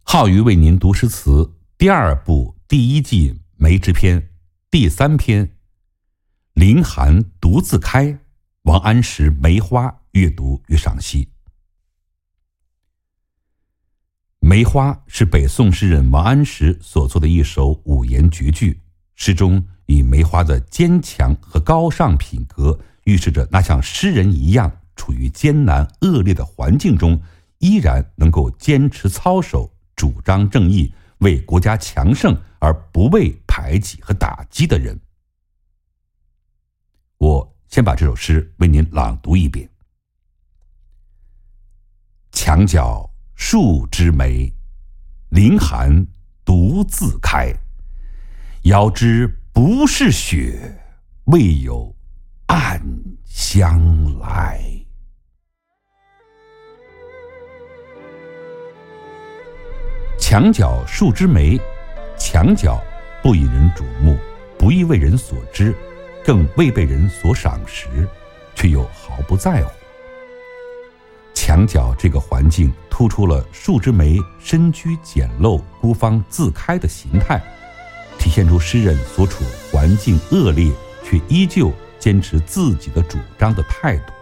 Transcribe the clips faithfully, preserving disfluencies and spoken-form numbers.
浩宇为您读诗词第二部第一季梅枝篇第三篇凌寒独自开，王安石梅花越读越赏析。梅花是北宋诗人王安石所作的一首五言绝句，诗中以梅花的坚强和高尚品格，预示着那像诗人一样处于艰难恶劣的环境中，依然能够坚持操守，主张正义，为国家强盛而不畏排挤和打击的人。我先把这首诗为您朗读一遍。墙角数枝梅，凌寒独自开。遥知不是雪，为有暗香来。墙角数枝梅，墙角不引人瞩目，不易为人所知，更未被人所赏识，却又毫不在乎。墙角这个环境突出了数枝梅深居简陋、孤芳自开的形态，体现出诗人所处环境恶劣却依旧坚持自己的主张的态度。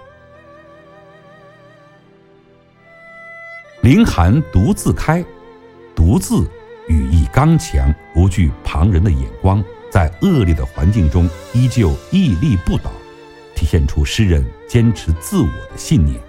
凌寒独自开，独自语意刚强，无惧旁人的眼光，在恶劣的环境中依旧屹立不倒，体现出诗人坚持自我的信念。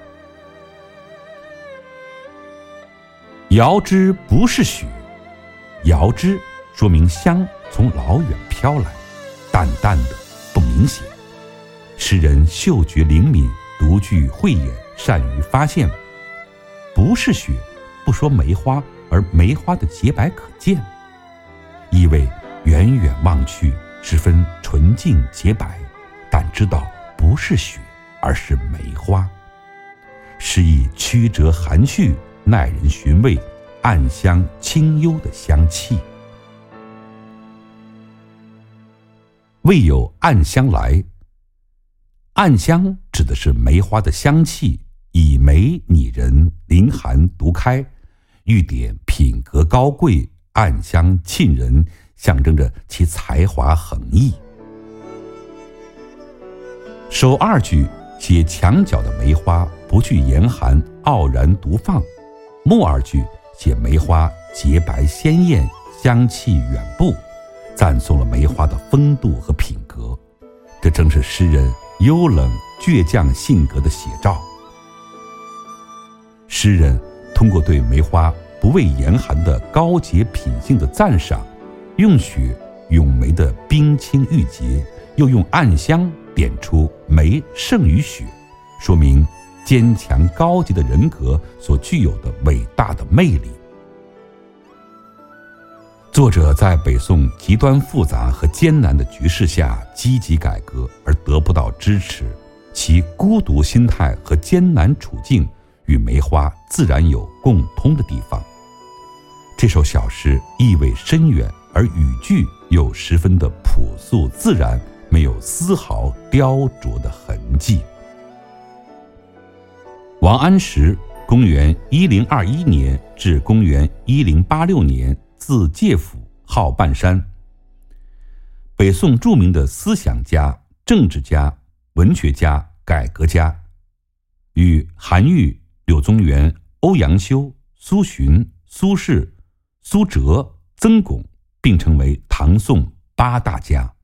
遥知不是雪，遥知说明香从老远飘来，淡淡的不明显。诗人嗅觉灵敏，独具慧眼，善于发现。不是雪，不说梅花，而梅花的洁白可见，意味远远望去十分纯净洁白，但知道不是雪，而是梅花。诗意曲折含蓄，耐人寻味，暗香清幽的香气。未有暗香来，暗香指的是梅花的香气，以梅拟人，凌寒独开，喻点品格高贵，暗香沁人，象征着其才华横溢。首二句写墙角的梅花不惧严寒，傲然独放；末二句写梅花洁白鲜艳，香气远布，赞颂了梅花的风度和品格。这正是诗人幽冷倔强性格的写照。诗人通过对梅花不畏严寒的高洁品性的赞赏，用雪咏梅的冰清玉洁，又用暗香点出梅胜于雪，说明坚强高洁的人格所具有的伟大的魅力。作者在北宋极端复杂和艰难的局势下积极改革而得不到支持，其孤独心态和艰难处境与梅花自然有共通的地方。这首小诗意味深远，而语句又十分的朴素自然，没有丝毫雕琢的痕迹。王安石公元一零二一年至公元一零八六年，字介甫，号半山，北宋著名的思想家、政治家、文学家、改革家，与韩愈、柳宗元、欧阳修、苏洵、苏轼、苏辙、曾巩并称为唐宋八大家。